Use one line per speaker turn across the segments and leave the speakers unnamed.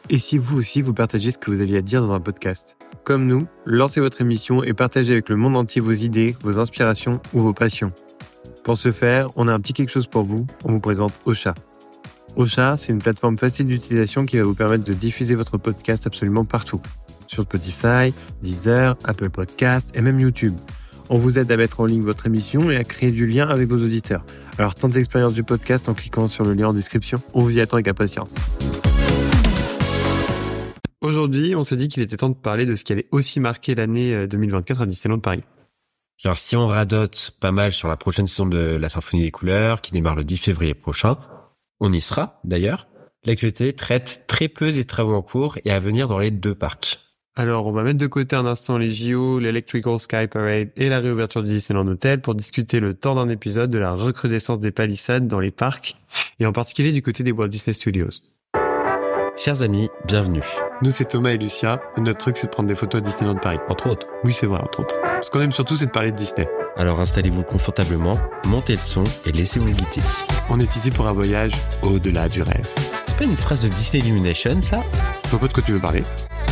Et si vous aussi vous partagez ce que vous aviez à dire dans un podcast? Comme nous, lancez votre émission et partagez avec le monde entier vos idées, vos inspirations ou vos passions. Pour ce faire, on a un petit quelque chose pour vous, on vous présente Ocha. Ocha, c'est une plateforme facile d'utilisation qui va vous permettre de diffuser votre podcast absolument partout. Sur Spotify, Deezer, Apple Podcasts et même YouTube. On vous aide à mettre en ligne votre émission et à créer du lien avec vos auditeurs. Alors tentez l'expérience du podcast en cliquant sur le lien en description. On vous y attend avec impatience. Aujourd'hui, on s'est dit qu'il était temps de parler de ce qui allait aussi marquer l'année 2024 à Disneyland Paris.
Alors si on radote pas mal sur la prochaine saison de la Symphonie des couleurs, qui démarre le 10 février prochain, on y sera d'ailleurs. L'actualité traite très peu des travaux en cours et à venir dans les deux parcs.
Alors, on va mettre de côté un instant les JO, l'Electrical Sky Parade et la réouverture du Disneyland Hotel pour discuter le temps d'un épisode de la recrudescence des palissades dans les parcs et en particulier du côté des Walt Disney Studios.
Chers amis, bienvenue.
Nous, c'est Thomas et Lucia. Notre truc, c'est de prendre des photos à Disneyland Paris.
Entre autres.
Oui, c'est vrai, entre autres. Ce qu'on aime surtout, c'est de parler de Disney.
Alors installez-vous confortablement, montez le son et laissez-vous guider.
On est ici pour un voyage au-delà du rêve.
C'est pas une phrase de Disney Illumination, ça?
Je vois pas de quoi tu veux parler.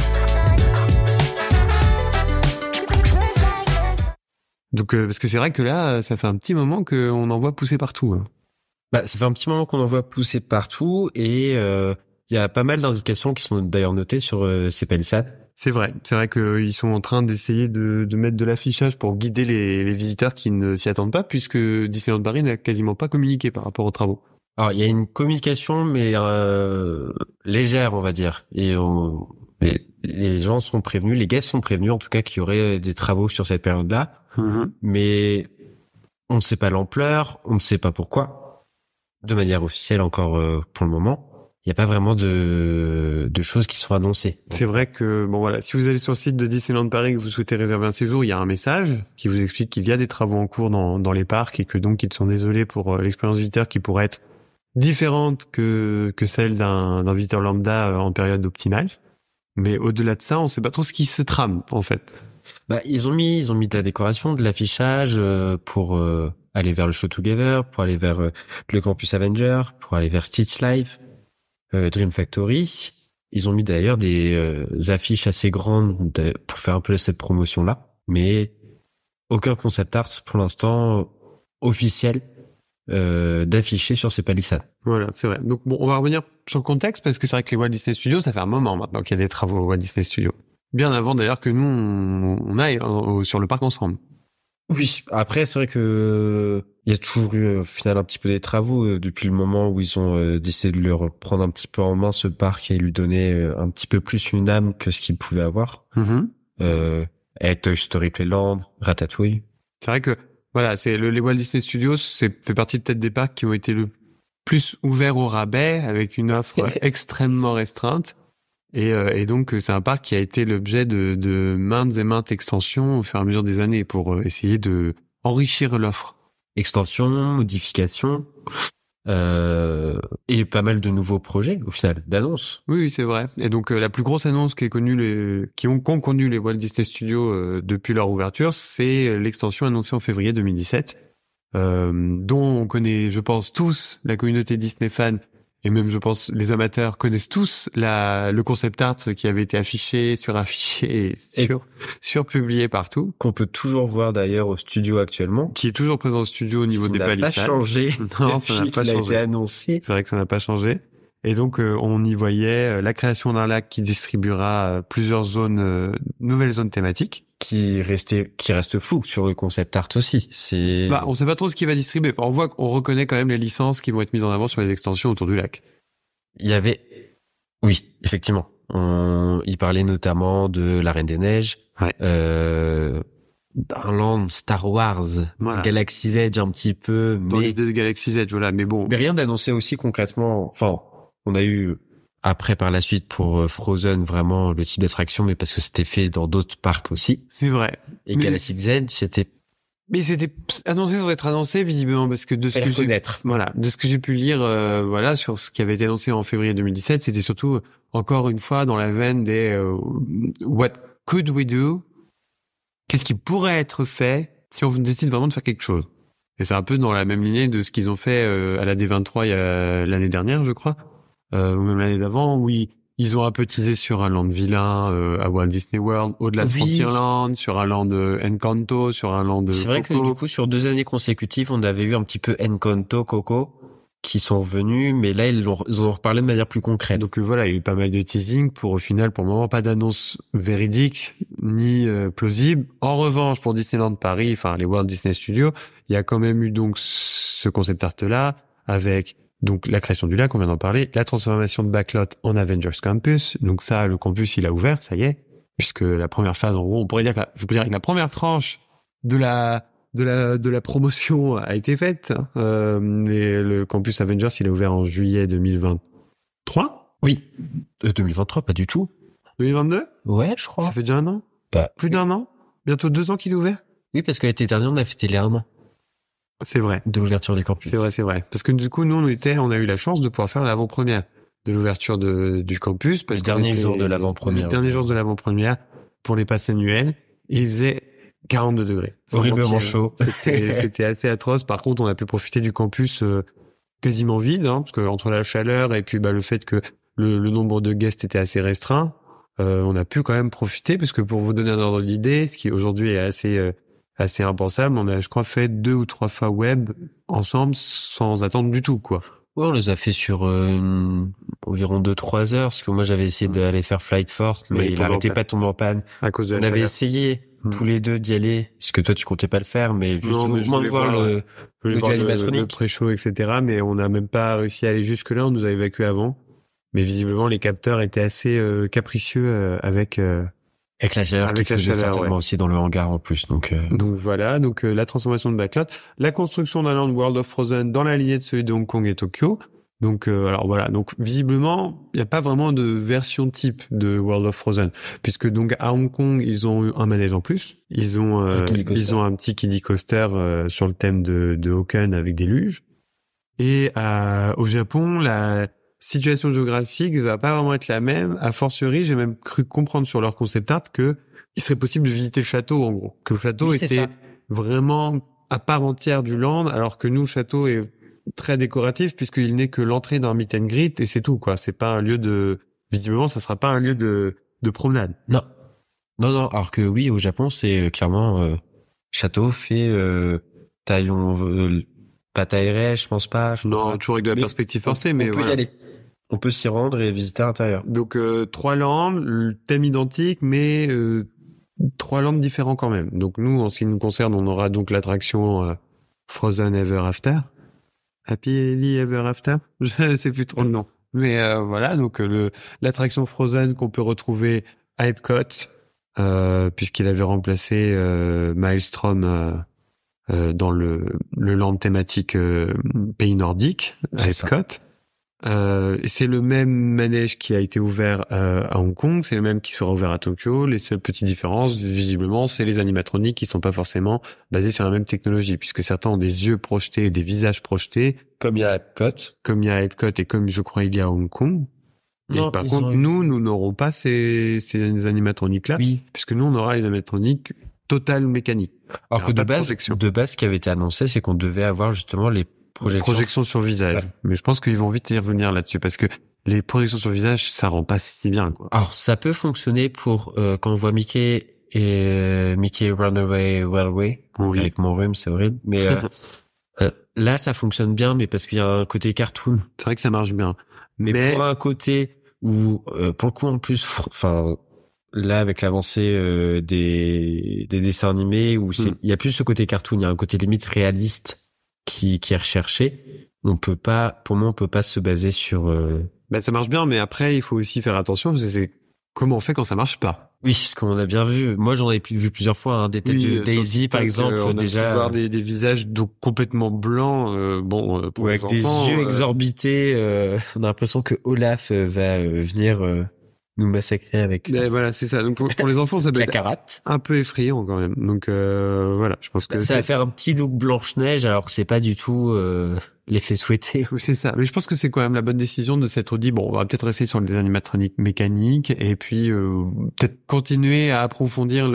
Donc, parce que c'est vrai que là, ça fait un petit moment qu'on en voit pousser partout. Hein.
Bah, ça fait un petit moment qu'on en voit pousser partout et il y a pas mal d'indications qui sont d'ailleurs notées sur ces palissades.
C'est vrai qu'ils sont en train d'essayer de mettre de l'affichage pour guider les visiteurs qui ne s'y attendent pas, puisque Disneyland Paris n'a quasiment pas communiqué par rapport aux travaux.
Alors, il y a une communication, mais légère, on va dire. Et les gens sont prévenus, les guests sont prévenus, en tout cas, qu'il y aurait des travaux sur cette période-là. Mais on ne sait pas l'ampleur, on ne sait pas pourquoi. De manière officielle encore pour le moment. Il n'y a pas vraiment de choses qui sont annoncées.
C'est vrai que, bon voilà, si vous allez sur le site de Disneyland Paris et que vous souhaitez réserver un séjour, il y a un message qui vous explique qu'il y a des travaux en cours dans les parcs et que donc ils sont désolés pour l'expérience visiteur qui pourrait être différente que celle d'un visiteur lambda en période optimale. Mais au-delà de ça, on sait pas trop ce qui se trame, en fait.
Bah, ils ont mis de la décoration, de l'affichage pour aller vers le Show Together, pour aller vers le Campus Avenger, pour aller vers Stitch Live, Dream Factory. Ils ont mis d'ailleurs des affiches assez grandes pour faire un peu cette promotion-là, mais aucun concept art pour l'instant officiel d'afficher sur ces palissades.
Voilà, c'est vrai. Donc bon, on va revenir sur le contexte parce que c'est vrai que les Walt Disney Studios, ça fait un moment maintenant qu'il y a des travaux au Walt Disney Studios. Bien avant d'ailleurs que nous on aille sur le parc ensemble.
Oui, après c'est vrai que il y a toujours eu au final un petit peu des travaux depuis le moment où ils ont décidé de le reprendre un petit peu en main ce parc et lui donner un petit peu plus une âme que ce qu'il pouvait avoir. Avec Toy Story Playland, Ratatouille.
C'est vrai que voilà, c'est les Walt Disney Studios, fait partie peut-être des parcs qui ont été le plus ouverts au rabais avec une offre extrêmement restreinte. Et donc c'est un parc qui a été l'objet de maintes et maintes extensions au fur et à mesure des années pour essayer de enrichir l'offre.
Extension, modification, et pas mal de nouveaux projets au final, d'annonces.
Oui, c'est vrai. Et donc la plus grosse annonce qui ont connu les Walt Disney Studios depuis leur ouverture, c'est l'extension annoncée en février 2017, dont on connaît, je pense, tous la communauté Disney fan. Et même, je pense, les amateurs connaissent tous le concept art qui avait été affiché, suraffiché et surpublié partout.
Qu'on peut toujours voir d'ailleurs au studio actuellement.
Qui est toujours présent au studio au niveau des palissades.
Ça n'a pas changé.
Non, ça n'a pas changé.
Il a été annoncé.
C'est vrai que ça n'a pas changé. Et donc, on y voyait la création d'un lac qui distribuera plusieurs nouvelles zones thématiques.
Qui reste fou sur le concept art aussi.
On sait pas trop ce qu'il va distribuer. On voit qu'on reconnaît quand même les licences qui vont être mises en avant sur les extensions autour du lac.
Oui, effectivement. Il parlait notamment de la Reine des Neiges, d'un land Star Wars, voilà. Galaxy's Edge un petit peu,
dans l'idée de Galaxy's Edge, voilà. Mais bon.
Mais rien d'annoncé aussi concrètement. Enfin, on a eu après par la suite pour Frozen vraiment le type d'attraction, mais parce que c'était fait dans d'autres parcs aussi.
C'est vrai.
Et Galaxy's Edge, c'était
annoncé sans être annoncé visiblement parce que de ce que j'ai pu lire sur ce qui avait été annoncé en février 2017, c'était surtout encore une fois dans la veine des what could we do? Qu'est-ce qui pourrait être fait si on décide vraiment de faire quelque chose? Et c'est un peu dans la même lignée de ce qu'ils ont fait à la D23 l'année dernière, je crois. Ou même l'année d'avant, où ils Ils ont un peu teasé sur un land vilain à Walt Disney World, au-delà de Frontierland, sur un land Encanto, sur un land
C'est vrai
Coco.
que du coup, sur 2 années consécutives, on avait eu un petit peu Encanto, Coco, qui sont revenus, mais là, ils en ont reparlé de manière plus concrète.
Donc voilà, il y a eu pas mal de teasing pour au final, pour le moment, pas d'annonce véridique ni plausible. En revanche, pour Disneyland Paris, enfin les Walt Disney Studios, il y a quand même eu donc ce concept art-là avec donc la création du lac, on vient d'en parler, la transformation de Backlot en Avengers Campus. Donc ça, le campus, il a ouvert, ça y est, puisque la première phase, en gros, on pourrait dire que la première tranche de la promotion a été faite. Mais le campus Avengers, il a ouvert en juillet 2023.
Oui. 2023, pas du tout.
2022?
Ouais, je crois.
Ça fait déjà un an? Plus d'un an? Bientôt 2 ans qu'il est ouvert?
Oui, parce que l'été dernier, on a fêté les 1 an.
C'est vrai.
De l'ouverture du campus.
C'est vrai. Parce que du coup, nous, on a eu la chance de pouvoir faire l'avant-première de l'ouverture du campus.
Le dernier jour de l'avant-première.
Le dernier jour de l'avant-première pour les passes annuelles. Et il faisait 42 degrés.
Horriblement chaud.
C'était assez atroce. Par contre, on a pu profiter du campus quasiment vide, parce que entre la chaleur et puis le fait que le nombre de guests était assez restreint, on a pu quand même profiter, parce que pour vous donner un ordre d'idée, ce qui aujourd'hui est assez impensable, on a, je crois, fait 2 ou 3 fois web ensemble sans attendre du tout, quoi.
Ouais, on les a fait sur environ 2-3 heures, parce que moi j'avais essayé d'aller faire Flight Force, mais il arrêtait pas de tomber en panne.
À cause de la
on
chaleur.
avait essayé tous les deux d'y aller, parce que toi tu comptais pas le faire, mais juste au moins de voir le animatronique.
Le pré-show, etc. Mais on n'a même pas réussi à aller jusque là, on nous a évacués avant. Mais visiblement, les capteurs étaient assez capricieux avec
la chaleur qui faisait certainement aussi dans le hangar en plus. Donc
voilà, la transformation de Backlot, la construction d'un land World of Frozen dans la lignée de celui de Hong Kong et Tokyo. Donc visiblement, il n'y a pas vraiment de version type de World of Frozen, puisque donc à Hong Kong, ils ont eu un manège en plus. Ils ont un petit kiddie coaster sur le thème de Hoken avec des luges. Et au Japon, la situation géographique va pas vraiment être la même. A fortiori, j'ai même cru comprendre sur leur concept art que il serait possible de visiter le château, en gros. Que le château était vraiment à part entière du land, alors que nous, le château est très décoratif puisqu'il n'est que l'entrée d'un meet and greet et c'est tout, quoi. C'est pas un lieu visiblement, ça sera pas un lieu de promenade.
Non. Alors que oui, au Japon, c'est clairement, château fait, taille, pas taille réelle, je pense pas.
Non, toujours avec de la perspective forcée, mais
on peut y aller. On peut s'y rendre et visiter à l'intérieur.
Donc 3 lands, le thème identique, mais 3 lands différents quand même. Donc nous, en ce qui nous concerne, on aura donc l'attraction Frozen Ever After, Happily Ever After. Je sais plus trop le nom. Mais voilà, donc l'attraction Frozen qu'on peut retrouver à Epcot, puisqu'il avait remplacé Maelstrom dans le land thématique pays nordique à Epcot. C'est le même manège qui a été ouvert à Hong Kong, c'est le même qui sera ouvert à Tokyo. Les seules petites différences, visiblement, c'est les animatroniques qui sont pas forcément basés sur la même technologie, puisque certains ont des yeux projetés et des visages projetés, comme il y a à Epcot et comme je crois il y a à Hong Kong.
Non,
et par contre, nous n'aurons pas ces animatroniques-là, puisque nous, on aura les animatroniques totales mécaniques.
Alors que de base, ce qui avait été annoncé, c'est qu'on devait avoir justement les
projections sur visage. Ouais. Mais je pense qu'ils vont vite y revenir là-dessus, parce que les projections sur visage, ça rend pas si bien, quoi.
Alors, ça peut fonctionner pour quand on voit Mickey Runaway Railway, avec mon rhume, c'est horrible, mais là, ça fonctionne bien, mais parce qu'il y a un côté cartoon.
C'est vrai que ça marche bien.
Mais pour un côté où, pour le coup, en plus, là, avec l'avancée des dessins animés, où il y a plus ce côté cartoon, il y a un côté limite réaliste qui est recherché. Pour moi, on peut pas se baser sur.
Ça marche bien, mais après, il faut aussi faire attention, parce que c'est comment on fait quand ça marche pas.
Oui, ce qu'on a bien vu. Moi, j'en ai vu plusieurs fois, des têtes de Daisy, par exemple,
on
déjà.
On a pu voir des visages donc complètement blancs, pour
avec
les enfants,
des yeux exorbités. On a l'impression que Olaf va venir nous massacrer avec.
Voilà, c'est ça. Donc pour les enfants, ça peut
être
un peu effrayant quand même. Donc voilà, je pense que
ça va faire un petit look Blanche-Neige, alors que c'est pas du tout l'effet souhaité.
C'est ça. Mais je pense que c'est quand même la bonne décision de s'être dit on va peut-être rester sur les animatroniques mécaniques et puis peut-être continuer à approfondir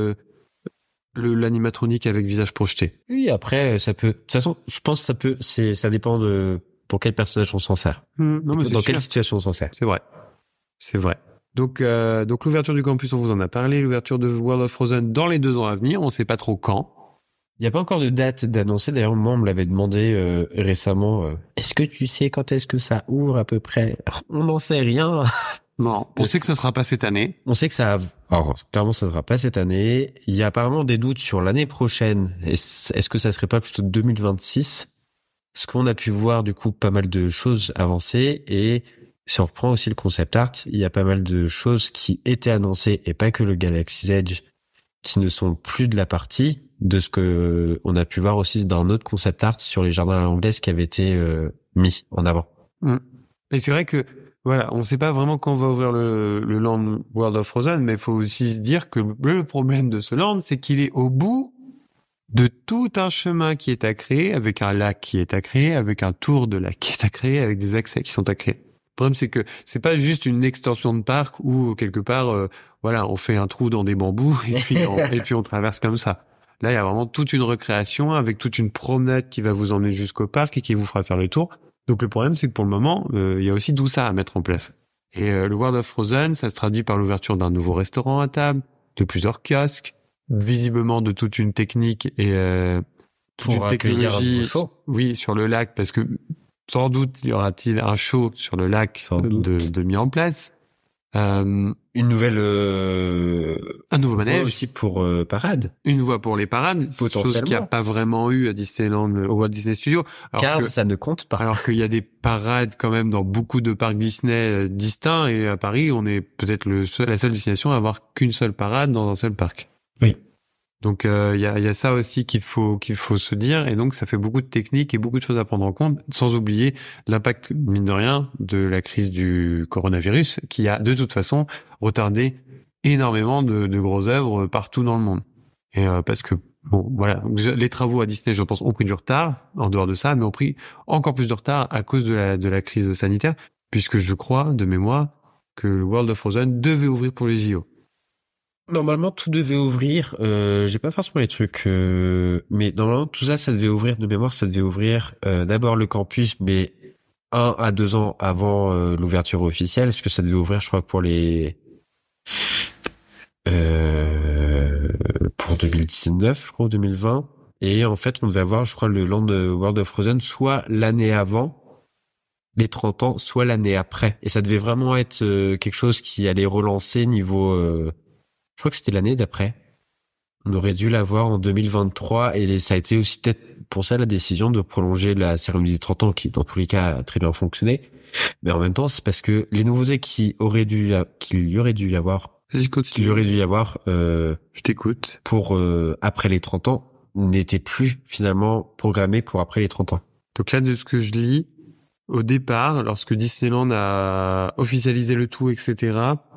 l'animatronique avec visage projeté.
Oui, après ça peut. De toute façon, je pense que ça dépend de pour quel personnage on s'en sert.
Non, mais
dans quelle situation on s'en sert.
C'est vrai. C'est vrai. Donc l'ouverture du campus, on vous en a parlé, l'ouverture de World of Frozen dans les 2 ans à venir, on sait pas trop quand.
Il n'y a pas encore de date d'annoncer. D'ailleurs, moi, on me l'avait demandé récemment. Est-ce que tu sais quand est-ce que ça ouvre à peu près? On n'en sait rien.
Non, on sait que ça sera pas cette année.
On sait que alors, clairement, ça sera pas cette année. Il y a apparemment des doutes sur l'année prochaine. Est-ce que ça serait pas plutôt 2026? Parce qu'on a pu voir, du coup, pas mal de choses avancer. Et si on reprend aussi le concept art, il y a pas mal de choses qui étaient annoncées, et pas que le Galaxy's Edge, qui ne sont plus de la partie, de ce que on a pu voir aussi dans notre concept art sur les jardins à l'anglaise qui avait été mis en avant.
Et c'est vrai que voilà, on sait pas vraiment quand va ouvrir le land World of Frozen, mais il faut aussi se dire que le problème de ce land, c'est qu'il est au bout de tout un chemin qui est à créer, avec un lac qui est à créer, avec un tour de lac qui est à créer, avec des accès qui sont à créer. Le problème, c'est que c'est pas juste une extension de parc où quelque part, voilà, on fait un trou dans des bambous et puis on traverse comme ça. Là, il y a vraiment toute une recréation avec toute une promenade qui va vous emmener jusqu'au parc et qui vous fera faire le tour. Donc le problème, c'est que pour le moment, il y a aussi tout ça à mettre en place. Et le World of Frozen, ça se traduit par l'ouverture d'un nouveau restaurant à table, de plusieurs kiosques, visiblement de toute une technique et toute
pour
une technologie.
Show.
Oui, sur le lac, parce que sans doute y aura-t-il un show sur le lac de mis en place.
Une nouvelle
un nouveau manège
aussi pour parade.
Une voie pour les parades,
potentiellement.
Chose qu'il n'y a pas vraiment eu à Disneyland, au Walt Disney Studios.
Car ça ne compte pas.
Alors qu'il y a des parades quand même dans beaucoup de parcs Disney distincts, et à Paris, on est peut-être la seule destination à avoir qu'une seule parade dans un seul parc.
Oui.
Donc il y a ça aussi qu'il faut se dire, et donc ça fait beaucoup de techniques et beaucoup de choses à prendre en compte, sans oublier l'impact, mine de rien, de la crise du coronavirus, qui a de toute façon retardé énormément de grosses œuvres partout dans le monde. Et parce que bon, voilà, les travaux à Disney, je pense, ont pris du retard en dehors de ça, mais ont pris encore plus de retard à cause de la crise sanitaire, puisque je crois de mémoire que le World of Frozen devait ouvrir pour les JO.
Normalement, tout devait ouvrir. J'ai pas forcément les trucs, mais normalement tout ça devait ouvrir de mémoire. Ça devait ouvrir d'abord le campus, mais 1 à 2 ans avant l'ouverture officielle. Est-ce que ça devait ouvrir, je crois, pour 2019, je crois, 2020. Et en fait, on devait avoir, je crois, le Land World of Frozen soit l'année avant les 30 ans, soit l'année après. Et ça devait vraiment être quelque chose qui allait relancer niveau... je crois que c'était l'année d'après. On aurait dû l'avoir en 2023 et ça a été aussi peut-être pour ça la décision de prolonger la cérémonie des 30 ans qui, dans tous les cas, a très bien fonctionné. Mais en même temps, c'est parce que les nouveautés qu'il y aurait dû y avoir,
je t'écoute.
Pour après les 30 ans, n'étaient plus finalement programmés pour après les 30 ans.
Donc là, de ce que je lis, au départ, lorsque Disneyland a officialisé le tout, etc.,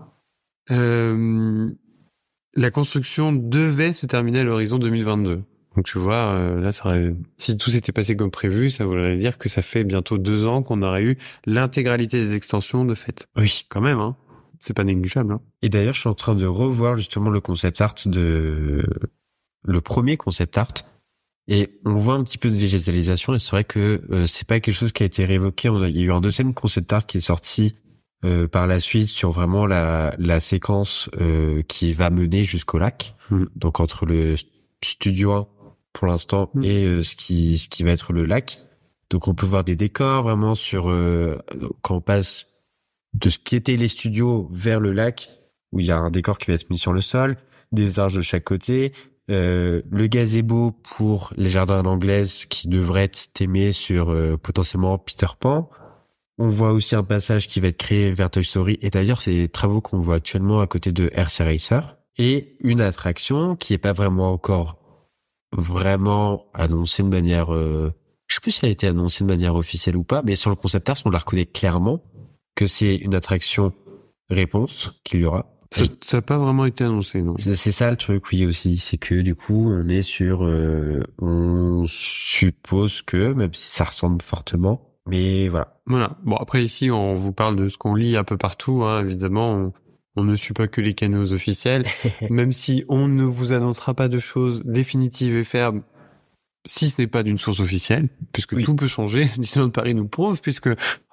la construction devait se terminer à l'horizon 2022. Donc tu vois, là, si tout s'était passé comme prévu, ça voudrait dire que ça fait bientôt 2 ans qu'on aurait eu l'intégralité des extensions de fait.
Oui,
quand même, hein. C'est pas négligeable, hein.
Et d'ailleurs, je suis en train de revoir justement le concept art le premier concept art. Et on voit un petit peu de végétalisation, et c'est vrai que c'est pas quelque chose qui a été réévoqué. Il y a eu un deuxième concept art qui est sorti par la suite sur vraiment la séquence qui va mener jusqu'au lac. Donc entre le studio 1 pour l'instant et ce qui va être le lac. Donc on peut voir des décors vraiment sur quand on passe de ce qui était les studios vers le lac, où il y a un décor qui va être mis sur le sol, des arches de chaque côté, le gazebo pour les jardins à l'anglaise qui devrait être thémé sur potentiellement Peter Pan. On voit aussi un passage qui va être créé vers Toy Story, et d'ailleurs c'est des travaux qu'on voit actuellement à côté de RC Racer, et une attraction qui est pas vraiment encore vraiment annoncée de manière je sais plus si elle a été annoncée de manière officielle ou pas, mais sur le concept art on la reconnaît clairement que c'est une attraction réponse qu'il y aura.
Ça n'a pas vraiment été annoncé, non?
C'est ça le truc, oui, aussi. C'est que, du coup, on est sur, on suppose que, même si ça ressemble fortement, mais voilà.
Voilà. Bon, après, ici, on vous parle de ce qu'on lit un peu partout, hein. Évidemment, on ne suit pas que les canaux officiels. Même si on ne vous annoncera pas de choses définitives et fermes, si ce n'est pas d'une source officielle, puisque tout peut changer. Disneyland Paris nous prouve, puisque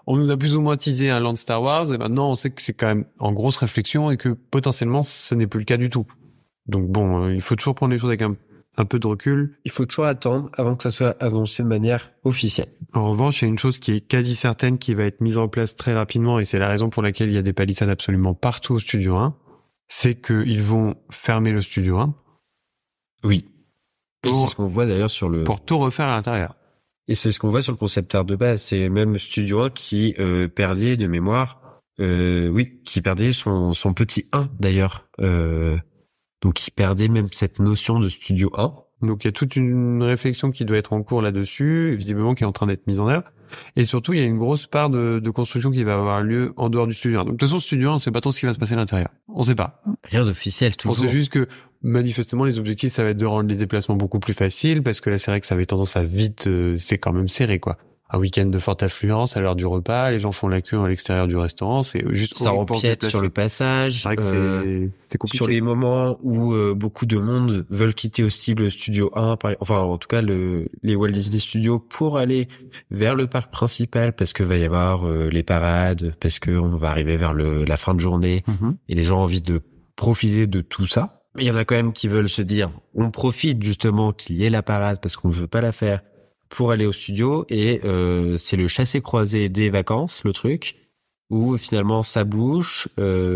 on nous a plus ou moins teasé un land Star Wars et maintenant on sait que c'est quand même en grosse réflexion et que potentiellement ce n'est plus le cas du tout. Donc bon, il faut toujours prendre les choses avec un peu de recul.
Il faut toujours attendre avant que ça soit annoncé de manière officielle.
En revanche, il y a une chose qui est quasi certaine qui va être mise en place très rapidement et c'est la raison pour laquelle il y a des palissades absolument partout au Studio 1, c'est qu'ils vont fermer le Studio 1.
Oui. Et c'est ce qu'on voit d'ailleurs
pour tout refaire à l'intérieur.
Et c'est ce qu'on voit sur le concept art de base. C'est même Studio 1 qui perdait de mémoire, qui perdait son petit 1 d'ailleurs. Donc il perdait même cette notion de Studio 1.
Donc il y a toute une réflexion qui doit être en cours là-dessus, et visiblement qui est en train d'être mise en œuvre. Et surtout, il y a une grosse part de construction qui va avoir lieu en dehors du Studio 1. Donc de toute façon, Studio 1, on sait pas trop ce qui va se passer à l'intérieur. On sait pas.
Rien d'officiel, toujours.
On sait juste que manifestement, les objectifs, ça va être de rendre les déplacements beaucoup plus faciles, parce que là, c'est vrai que ça avait tendance à vite, c'est quand même serré, quoi. Un week-end de forte affluence à l'heure du repas, les gens font la queue à l'extérieur du restaurant, c'est juste
ça empiète sur le passage.
C'est vrai que c'est compliqué.
Sur les moments où beaucoup de monde veulent quitter aussi le Studio 1, enfin en tout cas les Walt Disney Studios pour aller vers le parc principal parce que va y avoir les parades, parce que on va arriver vers la fin de journée et les gens ont envie de profiter de tout ça. Mais il y en a quand même qui veulent se dire on profite justement qu'il y ait la parade parce qu'on ne veut pas la faire pour aller au studio et c'est le chassé-croisé des vacances, le truc, où finalement ça bouge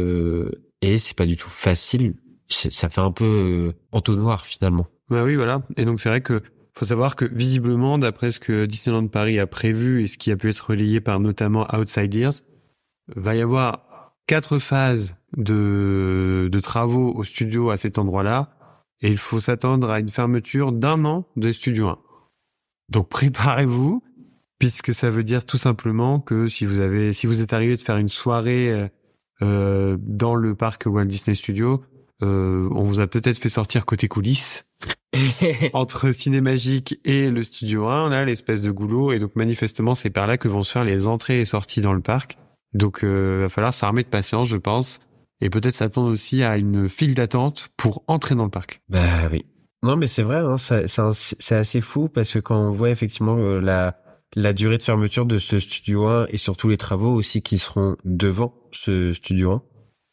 et c'est pas du tout facile. Ça fait un peu entonnoir finalement.
Bah oui, voilà. Et donc c'est vrai que faut savoir que visiblement, d'après ce que Disneyland Paris a prévu et ce qui a pu être relayé par notamment Outsiders, va y avoir 4 phases de travaux au studio à cet endroit-là et il faut s'attendre à une fermeture d'1 an de Studio 1. Donc préparez-vous, puisque ça veut dire tout simplement que si vous êtes arrivé de faire une soirée dans le parc Walt Disney Studios, on vous a peut-être fait sortir côté coulisses entre Cinémagique et le Studio 1, là, l'espèce de goulot, et donc manifestement c'est par là que vont se faire les entrées et sorties dans le parc. Donc va falloir s'armer de patience, je pense, et peut-être s'attendre aussi à une file d'attente pour entrer dans le parc.
Bah oui. Non, mais c'est vrai, hein, c'est assez fou parce que quand on voit effectivement la durée de fermeture de ce Studio 1 et surtout les travaux aussi qui seront devant ce Studio 1,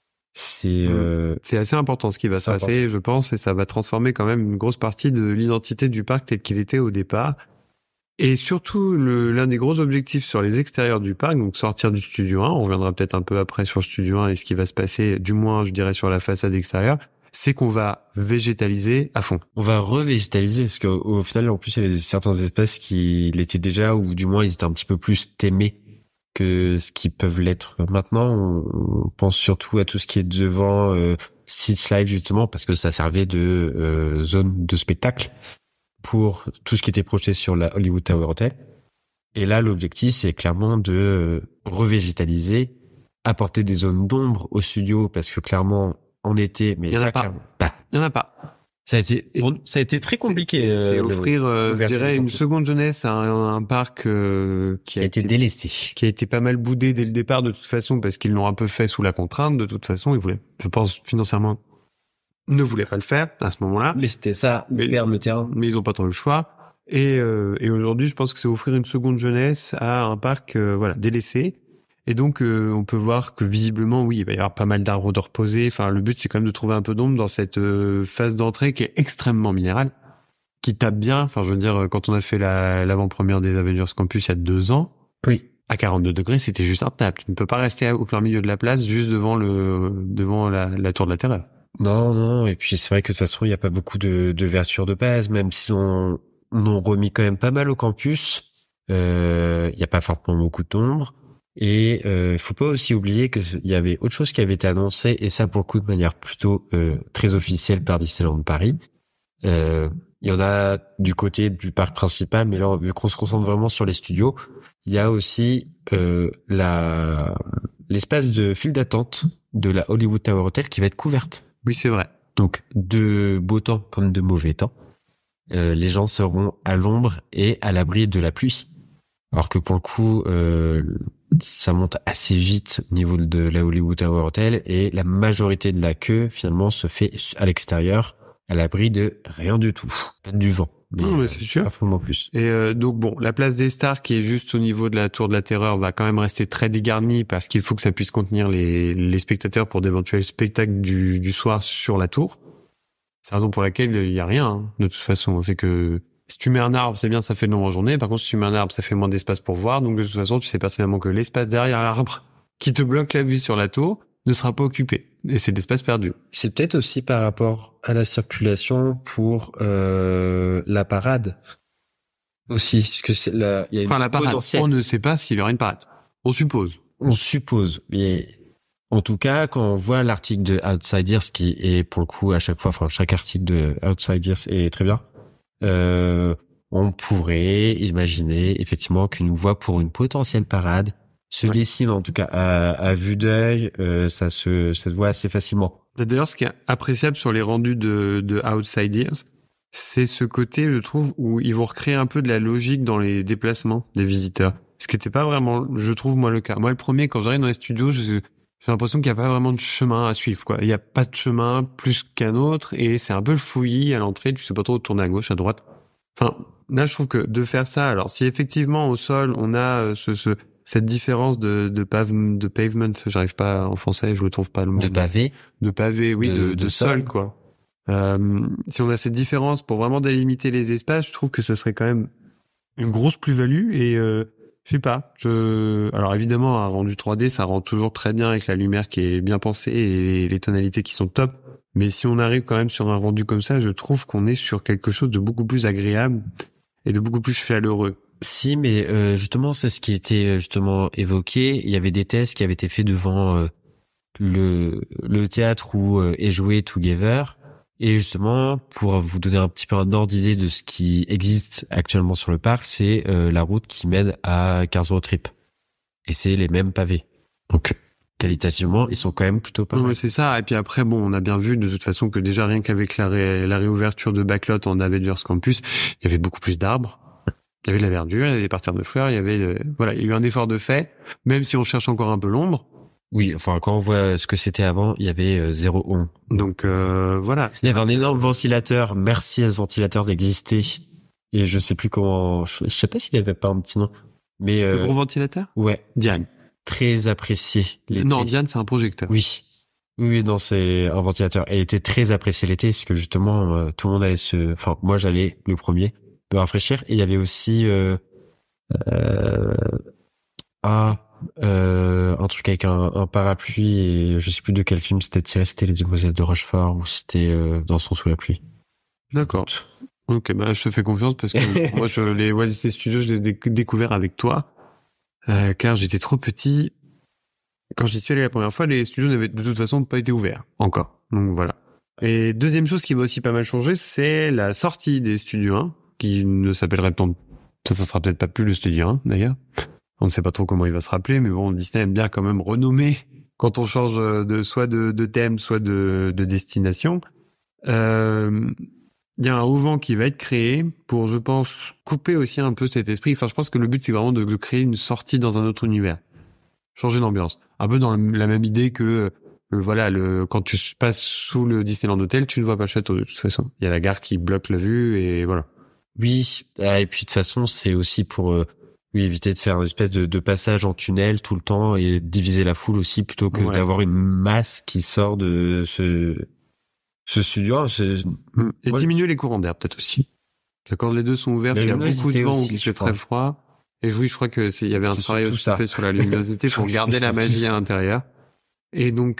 c'est
assez important ce qui va se passer, je pense, et ça va transformer quand même une grosse partie de l'identité du parc tel qu'il était au départ. Et surtout, l'un des gros objectifs sur les extérieurs du parc, donc sortir du Studio 1, on reviendra peut-être un peu après sur le Studio 1 et ce qui va se passer, du moins, je dirais, sur la façade extérieure, c'est qu'on va végétaliser à fond.
On va revégétaliser parce qu'au final, en plus, il y avait certains espaces qui l'étaient déjà, ou du moins, ils étaient un petit peu plus témés que ce qu'ils peuvent l'être maintenant. On pense surtout à tout ce qui est devant Stitch Live, justement, parce que ça servait de zone de spectacle pour tout ce qui était projeté sur la Hollywood Tower Hotel. Et là, l'objectif, c'est clairement de revégétaliser, apporter des zones d'ombre au studio, parce que clairement, en été, mais
il y en a pas. Il y en a pas.
Ça a été très compliqué.
C'est offrir, je dirais, une seconde jeunesse à un parc qui a été
délaissé,
qui a été pas mal boudé dès le départ de toute façon, parce qu'ils l'ont un peu fait sous la contrainte. De toute façon, ils voulaient, je pense, financièrement, ne voulaient pas le faire à ce moment-là.
Mais c'était ça, perdre le terrain.
Mais ils ont pas trop le choix. Et aujourd'hui, je pense que c'est offrir une seconde jeunesse à un parc, délaissé. Et donc, on peut voir que visiblement, oui, il va y avoir pas mal d'arbres de reposer. Enfin, le but, c'est quand même de trouver un peu d'ombre dans cette phase d'entrée qui est extrêmement minérale, qui tape bien. Enfin, je veux dire, quand on a fait l'avant-première des Avengers Campus il y a 2 ans,
oui,
à 42 degrés, c'était juste intable. Tu ne peux pas rester au plein milieu de la place, juste devant la tour de la Terreur.
Non. Et puis, c'est vrai que de toute façon, il n'y a pas beaucoup de verture de base, même s'ils ont remis quand même pas mal au campus. Il n'y a pas forcément beaucoup d'ombre. Et faut pas aussi oublier que il y avait autre chose qui avait été annoncée, et ça pour le coup de manière plutôt très officielle par Disneyland Paris. Il y en a du côté du parc principal, mais là vu qu'on se concentre vraiment sur les studios, il y a aussi l'espace de file d'attente de la Hollywood Tower Hotel qui va être couverte.
Oui, c'est vrai.
Donc de beau temps comme de mauvais temps, les gens seront à l'ombre et à l'abri de la pluie. Alors que pour le coup, ça monte assez vite au niveau de la Hollywood Tower Hotel et la majorité de la queue finalement se fait à l'extérieur, à l'abri de rien du tout, pas du vent.
Non, mais c'est sûr.
Pas vraiment plus.
Et donc bon, la place des stars qui est juste au niveau de la tour de la Terreur va quand même rester très dégarnie parce qu'il faut que ça puisse contenir les spectateurs pour d'éventuels spectacles du soir sur la tour. C'est la raison pour laquelle il y a rien, hein, de toute façon. C'est que si tu mets un arbre, c'est bien, ça fait de l'ombre en journée. Par contre, si tu mets un arbre, ça fait moins d'espace pour voir. Donc de toute façon, tu sais personnellement que l'espace derrière l'arbre qui te bloque la vue sur la tour ne sera pas occupé. Et c'est de l'espace perdu.
C'est peut-être aussi par rapport à la circulation pour la parade aussi, parce que c'est là, il y a
Enfin, la parade,
potentielle.
on ne sait pas s'il y aura une parade. On suppose.
On suppose, mais en tout cas, quand on voit l'article de Outsiders, qui est pour le coup à chaque fois, enfin chaque article de Outsiders est très bien, on pourrait imaginer effectivement qu'une voie pour une potentielle parade se dessine, en tout cas à vue d'œil, ça se voit assez facilement.
D'ailleurs, ce qui est appréciable sur les rendus de Outsiders, c'est ce côté, je trouve, où ils vont recréer un peu de la logique dans les déplacements des visiteurs. Ce qui n'était pas vraiment, je trouve, moi, le cas. Moi, le premier, quand j'arrive dans les studios, j'ai l'impression qu'il n'y a pas vraiment de chemin à suivre, quoi. Il n'y a pas de chemin plus qu'un autre, et c'est un peu le fouillis à l'entrée, tu sais pas trop tourner à gauche, à droite. Enfin, là, je trouve que de faire ça, alors si effectivement au sol, on a cette différence de pavement, j'arrive pas en français, je le trouve pas le mot.
De pavé.
De pavé, oui, de sol,
sol,
quoi. Si on a cette différence pour vraiment délimiter les espaces, je trouve que ce serait quand même une grosse plus-value et je sais pas. Alors évidemment, un rendu 3D, ça rend toujours très bien avec la lumière qui est bien pensée et les tonalités qui sont top. Mais si on arrive quand même sur un rendu comme ça, je trouve qu'on est sur quelque chose de beaucoup plus agréable et de beaucoup plus chaleureux.
Si, mais justement, c'est ce qui était justement évoqué. Il y avait des tests qui avaient été faits devant le théâtre où est joué Together. Et justement, pour vous donner un petit peu un ordre d'idée de ce qui existe actuellement sur le parc, c'est la route qui mène à 15 Road Trip. Et c'est les mêmes pavés. Donc, qualitativement, ils sont quand même plutôt pas mal.
Non, mais c'est ça. Et puis après, bon, on a bien vu de toute façon que déjà rien qu'avec la réouverture de Backlot en Avengers Campus, il y avait beaucoup plus d'arbres. Il y avait de la verdure, il y avait des parterres de fleurs, il y avait voilà, il y a eu un effort de fait, même si on cherche encore un peu l'ombre.
Oui, enfin, quand on voit ce que c'était avant, il y avait zéro ombre.
Donc voilà.
Il y avait un énorme ventilateur. Merci à ce ventilateur d'exister. Et je sais plus comment. Je sais pas s'il y avait pas un petit nom. Mais
Le gros ventilateur.
ouais,
Diane.
très apprécié l'été.
Non, Diane, c'est un projecteur.
Oui. Oui, non, c'est un ventilateur. Elle était très appréciée l'été, parce que justement, tout le monde allait enfin, moi, j'allais le premier me rafraîchir. Et il y avait aussi un truc avec un parapluie, et je sais plus de quel film c'était tiré, c'était Les Demoiselles de Rochefort ou c'était Dansons sous la pluie.
D'accord. Ok, bah je te fais confiance parce que moi les Walt Disney Studios, je les ai découverts avec toi, car j'étais trop petit. Quand j'y suis allé la première fois, les studios n'avaient de toute façon pas été ouverts encore. Donc voilà. Et deuxième chose qui va aussi pas mal changer, c'est la sortie des studios 1, qui ne s'appellerait peut-être, ça sera peut-être pas plus le studio 1 d'ailleurs. On ne sait pas trop comment il va se rappeler, mais bon, Disney aime bien quand même renommer quand on change soit de thème, soit de destination. Il y a un auvent qui va être créé pour, je pense, couper aussi un peu cet esprit. Enfin, je pense que le but, c'est vraiment de créer une sortie dans un autre univers. Changer d'ambiance. Un peu dans la même idée que, voilà, quand tu passes sous le Disneyland Hotel, tu ne vois pas le château de toute façon. Il y a la gare qui bloque la vue et voilà.
Oui, et puis de toute façon, c'est aussi pour éviter de faire une espèce de passage en tunnel tout le temps et diviser la foule aussi, plutôt que d'avoir une masse qui sort de ce studio.
Et diminuer les courants d'air peut-être aussi. Parce que quand les deux sont ouverts, s'il y a beaucoup de vent ou qu'il fait très froid. Et oui, je crois que il y avait un travail aussi fait sur la luminosité pour garder la magie à l'intérieur. Et donc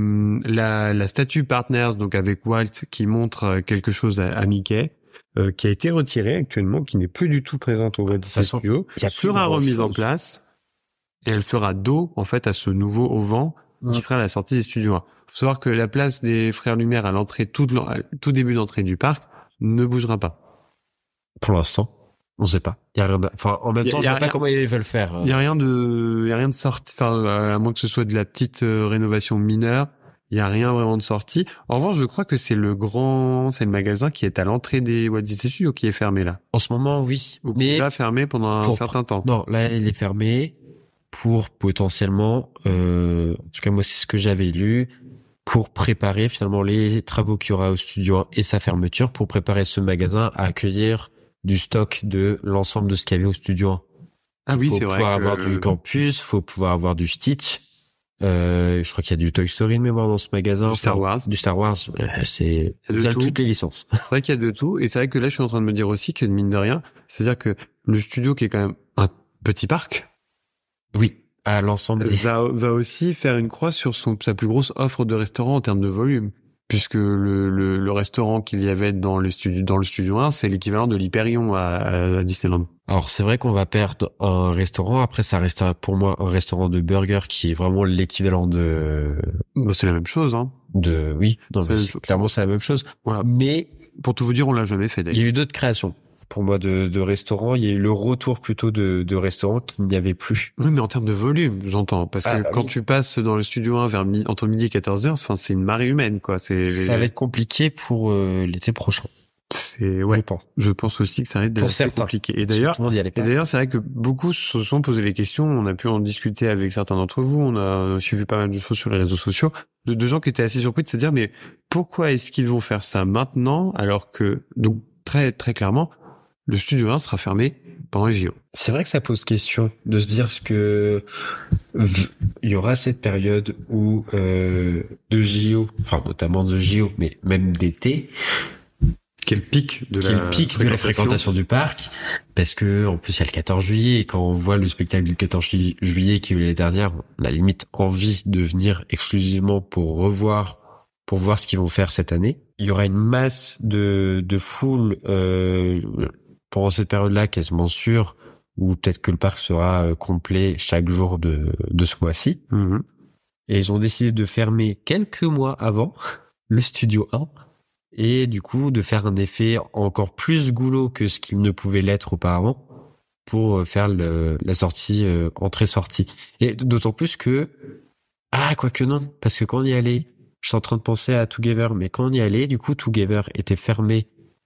la statue Partners, donc avec Walt qui montre quelque chose à Mickey, qui a été retirée actuellement, qui n'est plus du tout présente au Walt Disney Studios, sera remise en place et elle fera dos en fait à ce nouveau auvent qui sera à la sortie des studios 1. Faut savoir que la place des Frères Lumière à l'entrée, tout début d'entrée du parc, ne bougera pas.
Pour l'instant. On sait pas. Il y a rien enfin, en même temps, je sais pas comment ils veulent faire.
Il y a rien de sorti, enfin, à moins que ce soit de la petite rénovation mineure. Il y a rien vraiment de sorti. En revanche, je crois que c'est le magasin qui est à l'entrée des Walt Disney Studios qui est fermé là.
En ce moment, oui.
Mais là, fermé pendant un certain temps.
Non, là, il est fermé pour potentiellement, en tout cas, moi, c'est ce que j'avais lu, pour préparer finalement les travaux qu'il y aura au studio et sa fermeture, pour préparer ce magasin à accueillir du stock de l'ensemble de ce qu'il y avait au studio 1.
Ah oui, c'est vrai.
Faut pouvoir avoir du Campus, faut pouvoir avoir du Stitch. Je crois qu'il y a du Toy Story de mémoire dans ce magasin.
Du Star Wars.
Du Star Wars. C'est
il y a de tout.
toutes les licences.
C'est vrai qu'il y a de tout. Et c'est vrai que là, je suis en train de me dire aussi que mine de rien, c'est-à-dire que le studio qui est quand même un petit parc.
Oui. À l'ensemble
va aussi faire une croix sur sa plus grosse offre de restaurants en termes de volume. Puisque le restaurant qu'il y avait dans le studio 1, c'est l'équivalent de l'Hyperion à Disneyland.
Alors c'est vrai qu'on va perdre un restaurant, après ça restera pour moi un restaurant de burger qui est vraiment l'équivalent de...
Bah, c'est la même chose, hein.
Oui, non, mais clairement c'est la même chose.
Voilà.
Mais
pour tout vous dire, on l'a jamais fait d'ailleurs.
Il y a eu d'autres créations. Pour moi, de restaurants, il y a eu le retour plutôt de restaurants qu'il n'y avait plus.
Oui, mais en termes de volume, j'entends. Parce que quand tu passes dans le studio 1 entre midi et 14h, enfin, c'est une marée humaine, quoi. Ça
va être compliqué pour l'été prochain.
Ouais. Je pense aussi que ça risque d'être assez compliqué. Et d'ailleurs, c'est vrai que beaucoup se sont posé les questions. On a pu en discuter avec certains d'entre vous. On a aussi vu pas mal de choses sur les réseaux sociaux de gens qui étaient assez surpris de se dire, mais pourquoi est-ce qu'ils vont faire ça maintenant alors que, donc, très, très clairement, le studio 1 sera fermé pendant les JO.
C'est vrai que ça pose question de se dire que il y aura cette période où de JO, enfin notamment de JO, mais même d'été,
quel pic de la
fréquentation du parc, parce que en plus il y a le 14 juillet et quand on voit le spectacle du 14 juillet qui a eu l'année dernière, on a limite envie de venir exclusivement pour voir ce qu'ils vont faire cette année. Il y aura une masse de foule pendant cette période-là quasiment sûre, ou peut-être que le parc sera complet chaque jour de ce mois-ci.
Mm-hmm.
Et ils ont décidé de fermer quelques mois avant le studio 1 et du coup de faire un effet encore plus goulot que ce qu'il ne pouvait l'être auparavant pour faire la sortie entrée-sortie. Et d'autant plus que quoique non, parce que quand on y allait, je suis en train de penser à Together, mais quand on y allait, du coup Together était fermé.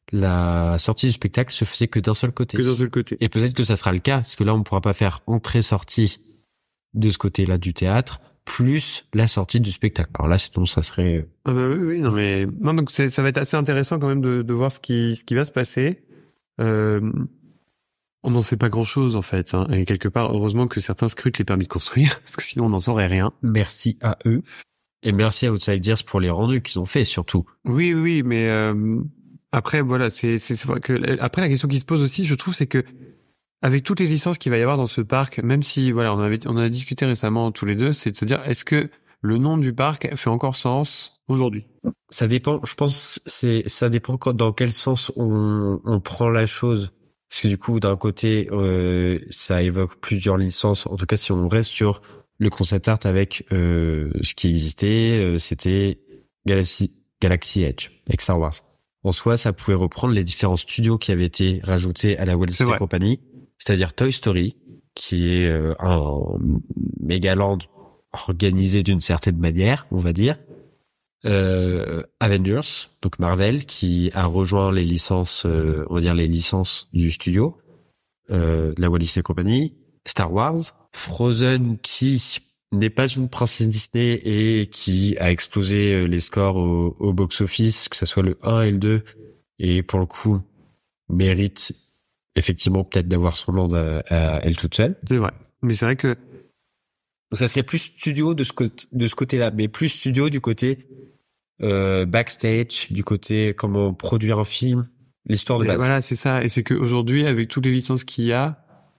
La sortie du spectacle se faisait que d'un seul côté. Et peut-être que ça sera le cas, parce que là, on ne pourra pas faire entrée-sortie de ce côté-là du théâtre, plus la sortie du spectacle. Alors là, sinon, ça serait...
Ah bah oui, non, donc ça va être assez intéressant quand même de voir ce qui va se passer. On n'en sait pas grand-chose, en fait, hein. Et quelque part, heureusement que certains scrutent les permis de construire, parce que sinon, on n'en saurait rien.
Merci à eux. Et merci à Outsiders pour les rendus qu'ils ont fait, surtout.
Oui, mais... Après, voilà, c'est vrai que après la question qui se pose aussi, je trouve, c'est que avec toutes les licences qu'il va y avoir dans ce parc, même si voilà, on a discuté récemment tous les deux, c'est de se dire est-ce que le nom du parc fait encore sens aujourd'hui?
Ça dépend. Je pense ça dépend dans quel sens on prend la chose. Parce que du coup, d'un côté, ça évoque plusieurs licences. En tout cas, si on reste sur le concept art avec ce qui existait, c'était Galaxy Edge avec Star Wars. En soi, ça pouvait reprendre les différents studios qui avaient été rajoutés à la Walt Disney Company, c'est-à-dire Toy Story, qui est un mégaland organisé d'une certaine manière, on va dire. Avengers, donc Marvel, qui a rejoint les licences, on va dire les licences du studio, la Walt Disney Company. Star Wars, Frozen, qui n'est pas une princesse Disney et qui a explosé les scores au box-office, que ça soit le 1 et le 2, et pour le coup mérite effectivement peut-être d'avoir son land à elle toute seule.
C'est vrai, mais c'est vrai que
donc ça serait plus studio de ce côté-là, mais plus studio du côté backstage, du côté comment produire un film, l'histoire de base.
Voilà, c'est ça, et c'est que aujourd'hui avec toutes les licences qu'il y a,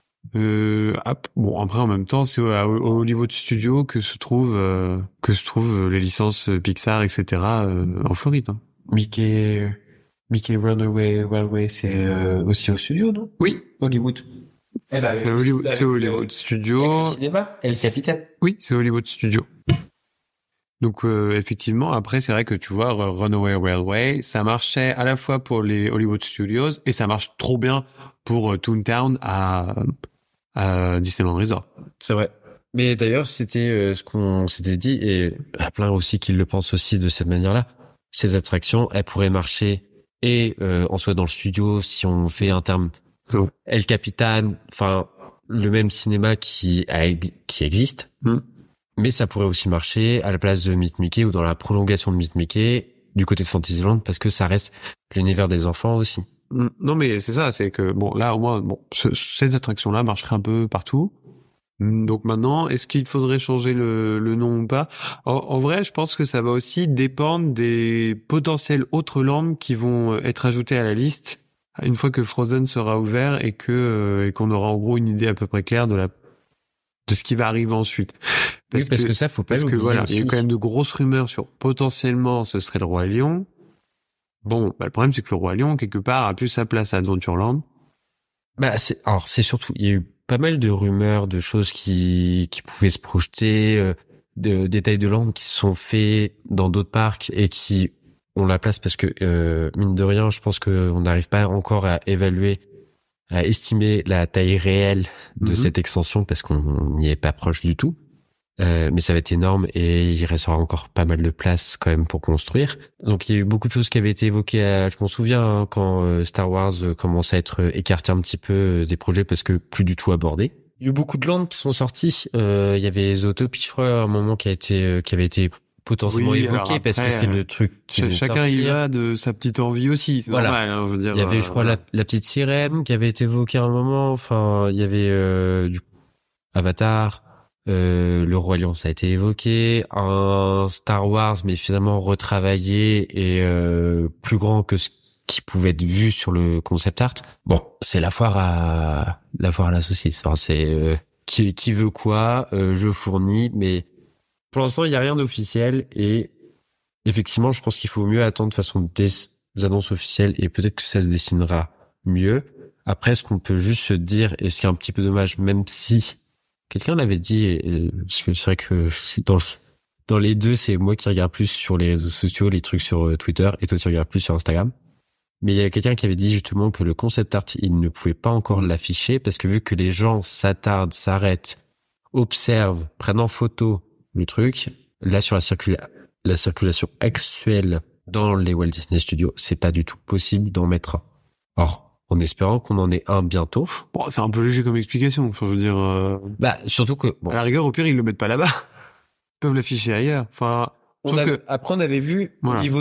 bon après en même temps c'est au niveau de studio que se trouvent les licences Pixar etc en Floride. Hein.
Mickey Runaway Railway c'est aussi au studio non? Oui, Hollywood.
C'est Hollywood Studio.
Le cinéma, et le capitaine.
Oui, c'est Hollywood Studio. Donc effectivement après c'est vrai que tu vois Runaway Railway ça marchait à la fois pour les Hollywood Studios et ça marche trop bien pour Toontown à Disneyland Resort.
C'est vrai. Mais d'ailleurs, c'était ce qu'on s'était dit, et il y a plein aussi qui le pensent aussi de cette manière-là. Ces attractions, elles pourraient marcher et en soi dans le studio, si on fait un terme El Capitan, enfin le même cinéma qui existe, mais ça pourrait aussi marcher à la place de Meet Mickey ou dans la prolongation de Meet Mickey du côté de Fantasyland parce que ça reste l'univers des enfants aussi.
Non, mais c'est ça, c'est que bon, là au moins, bon, cette attraction-là marcherait un peu partout. Donc maintenant, est-ce qu'il faudrait changer le nom ou pas? En vrai, je pense que ça va aussi dépendre des potentielles autres landes qui vont être ajoutées à la liste une fois que Frozen sera ouvert et qu'on aura en gros une idée à peu près claire de ce qui va arriver ensuite.
Parce que ça, faut pas l'oublier.
Parce que voilà,
aussi.
il y a eu quand même de grosses rumeurs sur potentiellement ce serait le Roi Lion. Bon, le problème c'est que le Roi Lion quelque part a plus sa place à Adventureland.
C'est surtout, il y a eu pas mal de rumeurs de choses qui pouvaient se projeter, de détails de landes qui se sont faits dans d'autres parcs et qui ont la place parce que mine de rien, je pense que on n'arrive pas encore à estimer la taille réelle de cette extension parce qu'on n'y est pas proche du tout. Mais ça va être énorme et il restera encore pas mal de place quand même pour construire. Donc il y a eu beaucoup de choses qui avaient été évoquées. Je m'en souviens quand Star Wars commençait à être écarté un petit peu des projets parce que plus du tout abordé. Il y a eu beaucoup de landes qui sont sorties. Il y avait Zootopia, je crois, à un moment qui avait été potentiellement évoqué parce que c'était le truc qui venait de
chacun
sortir.
y va de sa petite envie aussi, c'est normal, hein, je veux dire.
Il y avait, je crois, la petite sirène qui avait été évoquée à un moment. Enfin, il y avait du Avatar. Le Roi Lion, ça a été évoqué, un Star Wars mais finalement retravaillé et plus grand que ce qui pouvait être vu sur le concept art. Bon, c'est la foire à la saucisse. Enfin, c'est qui veut quoi, je fournis, mais pour l'instant il y a rien d'officiel et effectivement, je pense qu'il faut mieux attendre de façon des annonces officielles et peut-être que ça se dessinera mieux. Après, ce qu'on peut juste se dire, et ce qui est un petit peu dommage, même si quelqu'un l'avait dit, parce que c'est vrai que dans les deux, c'est moi qui regarde plus sur les réseaux sociaux, les trucs sur Twitter, et toi tu regardes plus sur Instagram. Mais il y a quelqu'un qui avait dit justement que le concept art, il ne pouvait pas encore l'afficher parce que vu que les gens s'attardent, s'arrêtent, observent, prennent en photo le truc, là sur la circulation actuelle dans les Walt Disney Studios, c'est pas du tout possible d'en mettre un. Or, en espérant qu'on en ait un bientôt.
Bon, c'est un peu léger comme explication, enfin, je veux dire.
Surtout que
à la rigueur, au pire, ils le mettent pas là-bas. Ils peuvent l'afficher ailleurs. Enfin,
après on avait vu au niveau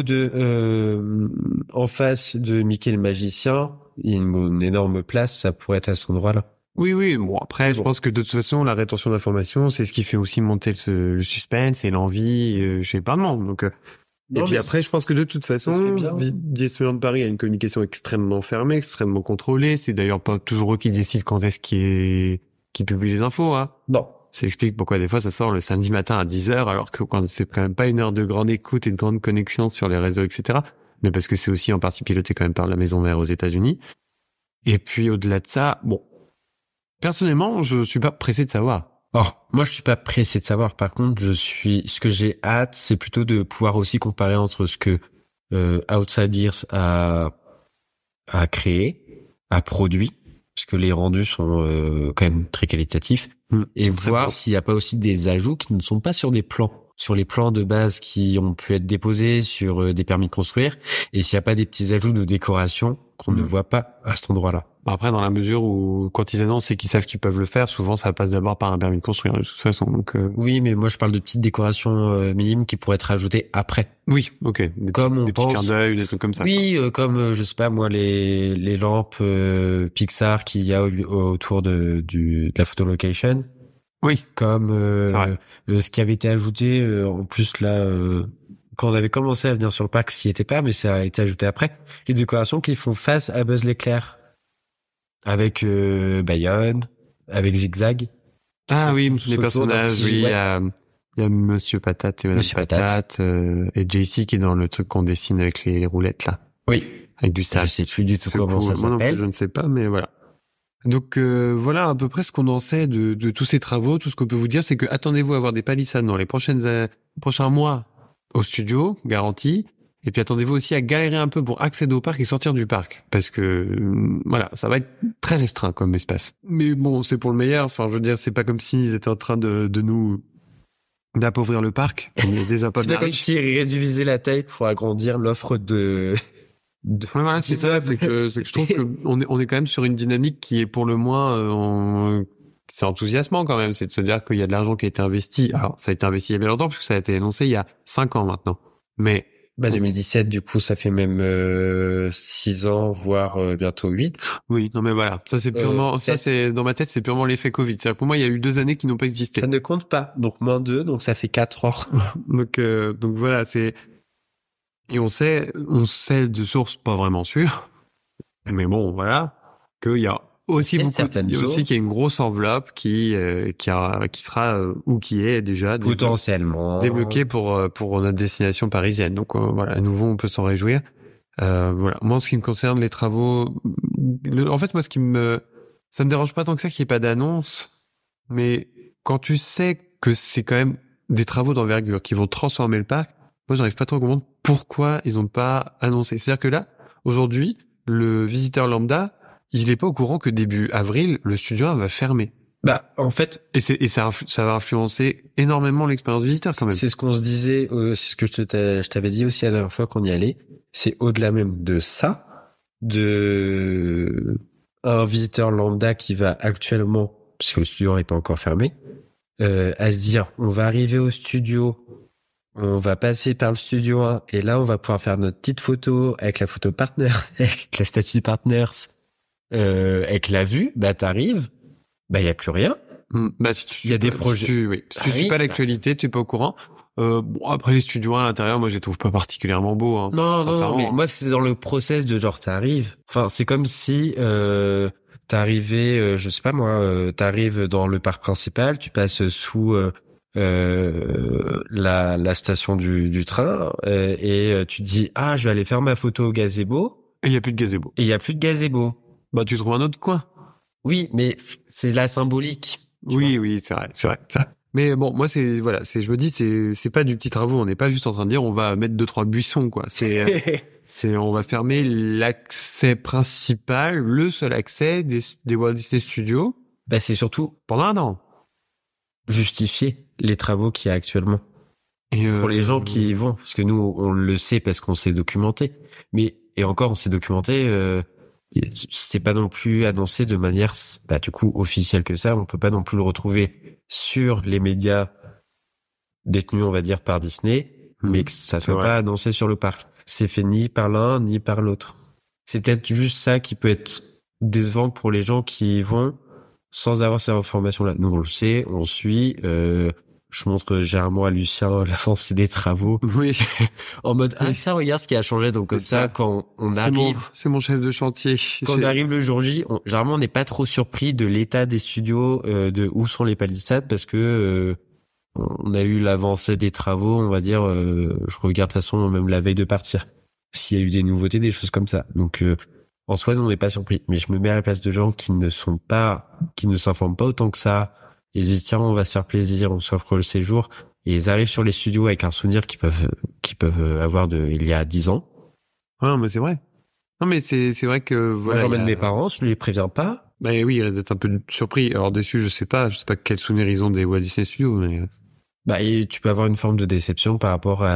de en face de Mickey le magicien, il y a une énorme place, ça pourrait être à cet endroit-là.
Oui. Bon, après, je pense que de toute façon, la rétention d'informations, c'est ce qui fait aussi monter le suspense et l'envie chez plein de monde. Donc. Et puis après, je pense que de toute façon, Disneyland Paris a une communication extrêmement fermée, extrêmement contrôlée. C'est d'ailleurs pas toujours eux qui décident quand est-ce qui publie les infos, hein.
Non.
Ça explique pourquoi des fois ça sort le samedi matin à 10h, alors que quand c'est quand même pas une heure de grande écoute et de grande connexion sur les réseaux, etc. Mais parce que c'est aussi en partie piloté quand même par la maison mère aux États-Unis. Et puis au-delà de ça, bon, personnellement, je suis pas pressé de savoir.
Moi, je suis pas pressé de savoir. Par contre, ce que j'ai hâte, c'est plutôt de pouvoir aussi comparer entre ce que Outsiders a créé, a produit, parce que les rendus sont quand même très qualitatifs, et voir s'il n'y a pas aussi des ajouts qui ne sont pas sur les plans de base qui ont pu être déposés sur des permis de construire, et s'il n'y a pas des petits ajouts de décoration qu'on ne voit pas à cet endroit-là.
Après, dans la mesure où, quand ils annoncent et qu'ils savent qu'ils peuvent le faire, souvent ça passe d'abord par un permis de construire, de toute façon. Donc,
Oui, mais moi je parle de petites décorations minimes qui pourraient être ajoutées après.
Oui, ok. Des petits clins d'œil, des trucs comme ça.
Oui, comme je sais pas moi les lampes Pixar qu'il y a autour de la photo location.
Oui.
Comme ce qui avait été ajouté en plus là. Quand on avait commencé à venir sur le parc, ce qui était pas, mais ça a été ajouté après. Les décorations qui font face à Buzz l'éclair. Avec Bayonne, avec Zigzag.
Ah oui, les personnages, oui, il y a Monsieur Patate et Madame Patate, et JC qui est dans le truc qu'on dessine avec les roulettes, là.
Oui.
Avec du sable.
Je sais plus du tout comment ça s'appelle.
Moi non plus, je ne sais pas, mais voilà. Donc voilà à peu près ce qu'on en sait de tous ces travaux. Tout ce qu'on peut vous dire, c'est que attendez-vous à avoir des palissades dans les prochains mois au studio, garanti. Et puis attendez-vous aussi à galérer un peu pour accéder au parc et sortir du parc. Parce que, voilà, ça va être très restreint comme espace. Mais bon, c'est pour le meilleur. Enfin, je veux dire, c'est pas comme s'ils étaient en train de nous d'appauvrir le parc. On est déjà pas
c'est
bien
pas comme s'ils réduisaient la taille pour agrandir l'offre de...
Ouais, voilà, c'est ça. C'est que je trouve qu'on est quand même sur une dynamique qui est pour le moins... c'est enthousiasmant quand même. C'est de se dire qu'il y a de l'argent qui a été investi. Alors, ça a été investi il y a bien longtemps puisque ça a été annoncé il y a 5 ans maintenant. Mais
2017, du coup, ça fait même 6 ans, voire bientôt 8.
Oui, non mais voilà, ça c'est purement, ça c'est dans ma tête, c'est purement l'effet Covid. C'est-à-dire pour moi, il y a eu 2 années qui n'ont pas existé.
Ça ne compte pas, donc moins 2, donc ça fait 4 ans.
donc voilà, c'est et on sait de sources pas vraiment sûres, mais bon voilà, qu'il y a aussi beaucoup, il y a aussi qu'il y a une grosse enveloppe qui sera ou qui est déjà
potentiellement
débloquée pour notre destination parisienne. Donc voilà, à nouveau on peut s'en réjouir. Voilà. Moi, en ce qui me concerne, les travaux, en fait, moi, ça me dérange pas tant que ça qu'il n'y ait pas d'annonce, mais quand tu sais que c'est quand même des travaux d'envergure qui vont transformer le parc, moi, j'arrive pas trop à comprendre pourquoi ils ont pas annoncé. C'est-à-dire que là, aujourd'hui, le visiteur lambda, il est pas au courant que début avril, le studio 1 va fermer.
Bah, en fait,
et ça va influencer énormément l'expérience visiteur quand même.
C'est ce qu'on se disait, c'est ce que je t'avais dit aussi la dernière fois qu'on y allait. C'est au-delà même de ça, de un visiteur lambda qui va actuellement, puisque le studio n'est pas encore fermé, à se dire, on va arriver au studio, on va passer par le studio 1, et là, on va pouvoir faire notre petite photo avec la photo partner, avec la statue partners, avec la vue, bah, t'arrives, bah, il y a plus rien.
Bah, si tu,
il y a des projets.
Si tu suis pas l'actualité, tu es pas au courant. Bon, après les studios à l'intérieur, moi je les trouve pas particulièrement beaux. Hein.
Non, mais moi c'est dans le process de genre t'arrives. Enfin, c'est comme si t'arrivais, je sais pas moi, t'arrives dans le parc principal, tu passes sous la station du train et tu te dis je vais aller faire ma photo au gazebo.
Et il y a plus de gazebo. Bah tu trouves un autre coin.
Oui, mais c'est la symbolique.
Oui, c'est vrai. Mais bon, moi je me dis c'est pas du petit travaux, on n'est pas juste en train de dire on va mettre 2-3 buissons quoi. On va fermer l'accès principal, le seul accès des Walt Disney Studios.
Bah c'est surtout
pendant 1 an.
Justifier les travaux qu'il y a actuellement. Et pour les gens qui y vont, parce que nous on le sait parce qu'on s'est documenté. Mais et encore on s'est documenté c'est pas non plus annoncé de manière du coup officielle que ça, on peut pas non plus le retrouver sur les médias détenus on va dire par Disney, mais que ça soit pas annoncé sur le parc. C'est fait ni par l'un ni par l'autre. C'est peut-être juste ça qui peut être décevant pour les gens qui y vont sans avoir ces informations-là. Nous on le sait, on suit, je montre généralement à Lucien l'avancée des travaux.
Oui.
En mode, tiens, regarde ce qui a changé. Donc, comme ça, quand on arrive.
C'est mon chef de chantier.
Quand on arrive le jour J, généralement, on n'est pas trop surpris de l'état des studios, de où sont les palissades, parce que, on a eu l'avancée des travaux, on va dire, je regarde de toute façon, même la veille de partir. S'il y a eu des nouveautés, des choses comme ça. Donc, en soi, on n'est pas surpris. Mais je me mets à la place de gens qui ne s'informent pas autant que ça. Ils disent tiens on va se faire plaisir, on s'offre le séjour et ils arrivent sur les studios avec un souvenir qu'ils peuvent avoir de il y a 10 ans.
Ouais mais c'est vrai. Non mais c'est vrai que
voilà. Moi j'emmène mes parents, je les préviens pas.
Bah oui, ils restent d'être un peu surpris. Alors déçus, je sais pas quel souvenir ils ont des Walt Disney Studios mais
et tu peux avoir une forme de déception par rapport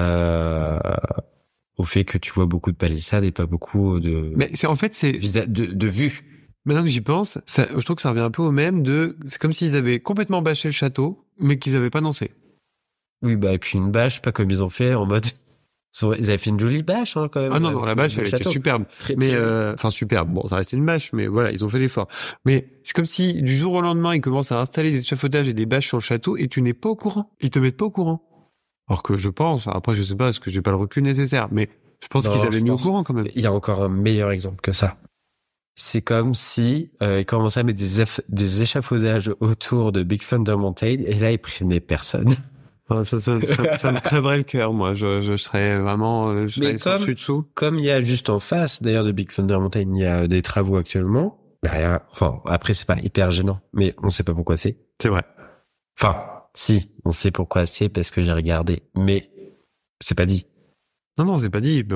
au fait que tu vois beaucoup de palissades et pas beaucoup de
mais c'est en fait
de vues.
Maintenant que j'y pense, je trouve que ça revient un peu au même c'est comme s'ils avaient complètement bâché le château, mais qu'ils avaient pas dansé.
Oui, et puis une bâche, pas comme ils ont fait en mode, ils avaient fait une jolie bâche, hein, quand même.
Ah non, la bâche, elle était superbe. Superbe. Bon, ça restait une bâche, mais voilà, ils ont fait l'effort. Mais c'est comme si, du jour au lendemain, ils commencent à installer des échafaudages et des bâches sur le château et tu n'es pas au courant. Ils te mettent pas au courant. Alors que je pense, après je sais pas, parce que j'ai pas le recul nécessaire, mais je pense qu'ils avaient mis au courant quand même.
Il y a encore un meilleur exemple que ça. C'est comme si ils commençaient à mettre des échafaudages autour de Big Thunder Mountain et là ils prévenaient personne.
Ça me crèverait le cœur, moi. Je serais vraiment dessous.
Comme il y a juste en face, d'ailleurs, de Big Thunder Mountain, il y a des travaux actuellement. Après c'est pas hyper gênant, mais on sait pas pourquoi c'est.
C'est vrai.
Enfin, si, on sait pourquoi c'est parce que j'ai regardé, mais c'est pas dit.
Non, c'est pas dit.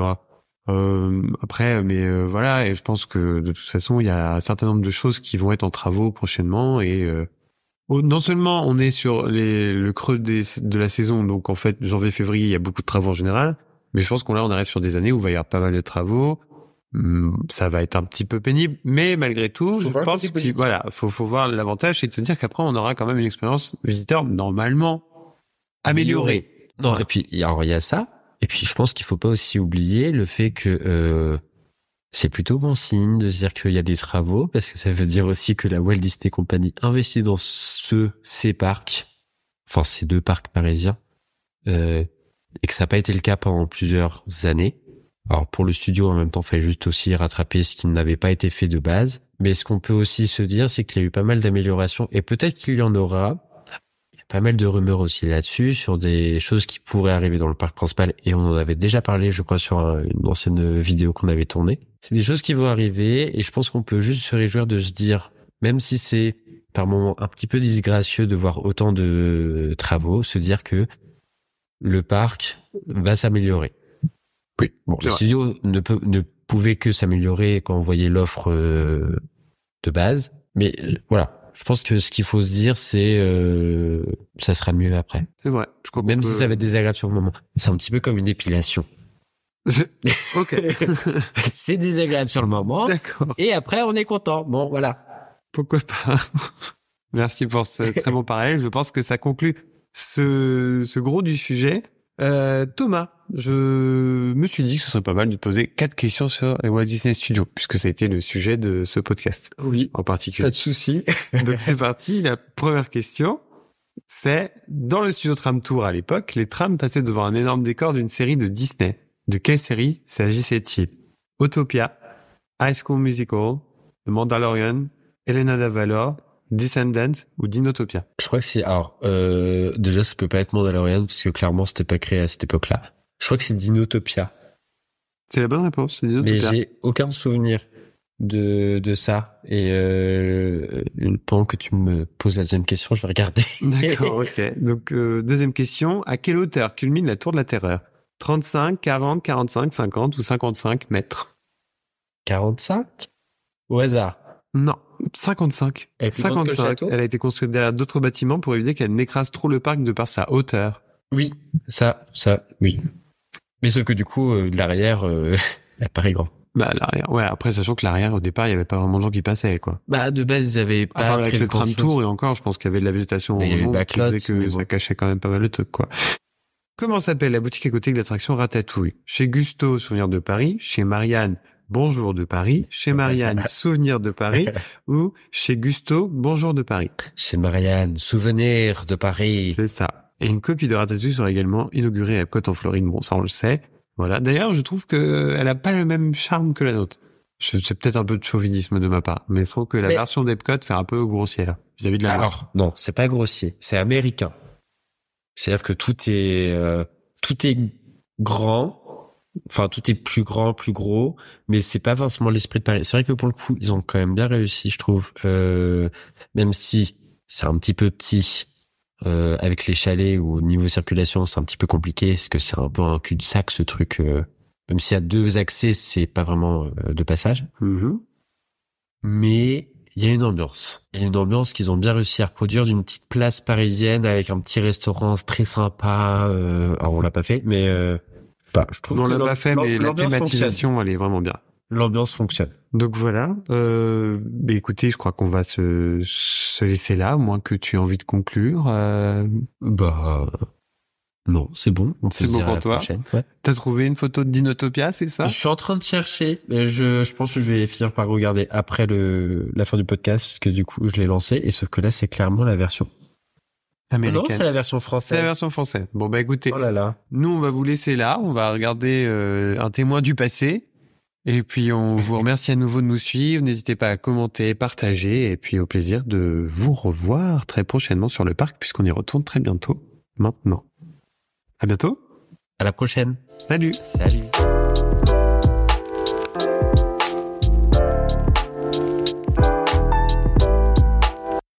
Après, voilà, et je pense que de toute façon, il y a un certain nombre de choses qui vont être en travaux prochainement et non seulement on est sur le creux de la saison, donc en fait janvier-février, il y a beaucoup de travaux en général, mais je pense qu'on arrive sur des années où il va y avoir pas mal de travaux. Ça va être un petit peu pénible, mais malgré tout, je pense qu'il faut voir l'avantage, c'est de se dire qu'après on aura quand même une expérience visiteur normalement améliorée.
Non, et puis alors il y a ça. Et puis je pense qu'il faut pas aussi oublier le fait que c'est plutôt bon signe de se dire qu'il y a des travaux, parce que ça veut dire aussi que la Walt Disney Company investit dans ces parcs, enfin ces 2 parcs parisiens, et que ça n'a pas été le cas pendant plusieurs années. Alors pour le studio, en même temps, il fallait juste aussi rattraper ce qui n'avait pas été fait de base. Mais ce qu'on peut aussi se dire, c'est qu'il y a eu pas mal d'améliorations, et peut-être qu'il y en aura. Il y a pas mal de rumeurs aussi là-dessus, sur des choses qui pourraient arriver dans le parc principal, et on en avait déjà parlé, je crois, sur une ancienne vidéo qu'on avait tournée. C'est des choses qui vont arriver, et je pense qu'on peut juste se réjouir de se dire, même si c'est par moments un petit peu disgracieux de voir autant de travaux, se dire que le parc va s'améliorer.
Oui,
bon, le studio ne pouvait que s'améliorer quand on voyait l'offre de base, mais voilà. Je pense que ce qu'il faut se dire, c'est ça sera mieux après.
C'est vrai. Je crois
même si ça va être désagréable sur le moment. C'est un petit peu comme une épilation.
Ok.
C'est désagréable sur le moment.
D'accord.
Et après, on est content. Bon, voilà.
Pourquoi pas. Merci pour ce très bon parallèle. Je pense que ça conclut ce gros du sujet. Thomas, je me suis dit que ce serait pas mal de poser 4 questions sur les Walt Disney Studios, puisque ça a été le sujet de ce podcast.
Oui.
En particulier.
Pas de souci.
Donc c'est parti. La première question, c'est dans le studio Tram Tour à l'époque, les trams passaient devant un énorme décor d'une série de Disney. De quelle série s'agissait-il? Autopia, High School Musical, The Mandalorian, Elena Davalor, Descendants ou Dinotopia?
Je crois que c'est... Alors, déjà, ça peut pas être Mandalorian, parce que clairement, c'était pas créé à cette époque-là. Je crois que c'est Dinotopia.
C'est la bonne réponse, c'est Dinotopia.
Mais j'ai aucun souvenir de ça. Et pendant que tu me poses la deuxième question, je vais regarder.
D'accord, ok. Donc, deuxième question. À quelle hauteur culmine la Tour de la Terreur? 35, 40, 45, 50 ou 55 mètres?
45? Au hasard.
Non, 55.
Elle est plus grande que le
55.
château ?
Elle a été construite derrière d'autres bâtiments pour éviter qu'elle n'écrase trop le parc de par sa hauteur.
Oui, ça, oui. Mais sauf que du coup, l'arrière, elle paraît grand.
Bah, l'arrière. Ouais, après, sachant que l'arrière, au départ, il y avait pas vraiment de gens qui passaient, quoi.
Bah, de base, ils avaient pas...
À part avec le tram
grand-chose.
tour, et encore, je pense qu'il y avait de la végétation
Mais il y avait
au long
Backlot,
qui faisait que
mais
ça
bon.
cachait quand même pas mal de trucs, quoi. Comment s'appelle la boutique à côté de l'attraction Ratatouille? Chez Gusto, Souvenir de Paris. Chez Marianne, Bonjour de Paris. Chez Marianne, Souvenir de Paris. Ou chez Gusto, Bonjour de Paris.
Chez Marianne, Souvenir de Paris.
C'est ça. Et une copie de Ratatouille sera également inaugurée à Epcot en Floride. Bon, ça, on le sait. Voilà. D'ailleurs, je trouve que elle a pas le même charme que la nôtre. C'est peut-être un peu de chauvinisme de ma part, mais il faut que la version d'Epcot fait un peu grossière vis-à-vis de la nôtre.
Alors, non, c'est pas grossier. C'est américain. C'est-à-dire que tout est grand. Enfin, tout est plus grand, plus gros, mais c'est pas forcément l'esprit de Paris. C'est vrai que pour le coup, ils ont quand même bien réussi, je trouve. Même si c'est un petit peu petit, avec les chalets ou au niveau circulation, c'est un petit peu compliqué, parce que c'est un peu un cul-de-sac, ce truc. Même s'il y a 2 accès, c'est pas vraiment de passage.
Mm-hmm.
Mais il y a une ambiance. Il y a une ambiance qu'ils ont bien réussi à reproduire d'une petite place parisienne avec un petit restaurant très sympa. Alors on l'a pas fait, mais je trouve
On
que
l'a pas fait, mais la thématisation, elle est vraiment bien.
L'ambiance fonctionne.
Donc voilà. Mais écoutez, je crois qu'on va se laisser là, à moins que tu aies envie de conclure.
Non, c'est bon.
C'est bon pour toi.
Ouais.
T'as trouvé une photo de Dinotopia, c'est ça?
Je suis en train de chercher. Mais je pense que je vais finir par regarder après la fin du podcast, parce que du coup, je l'ai lancé. Et sauf que là, c'est clairement la version
américaine.
Non, c'est la version française.
C'est la version française. Bon, bah écoutez.
Oh là là.
Nous, on va vous laisser là. On va regarder un témoin du passé. Et puis, on vous remercie à nouveau de nous suivre. N'hésitez pas à commenter, partager. Et puis, au plaisir de vous revoir très prochainement sur le parc, puisqu'on y retourne très bientôt. Maintenant. À bientôt.
À la prochaine.
Salut.
Salut.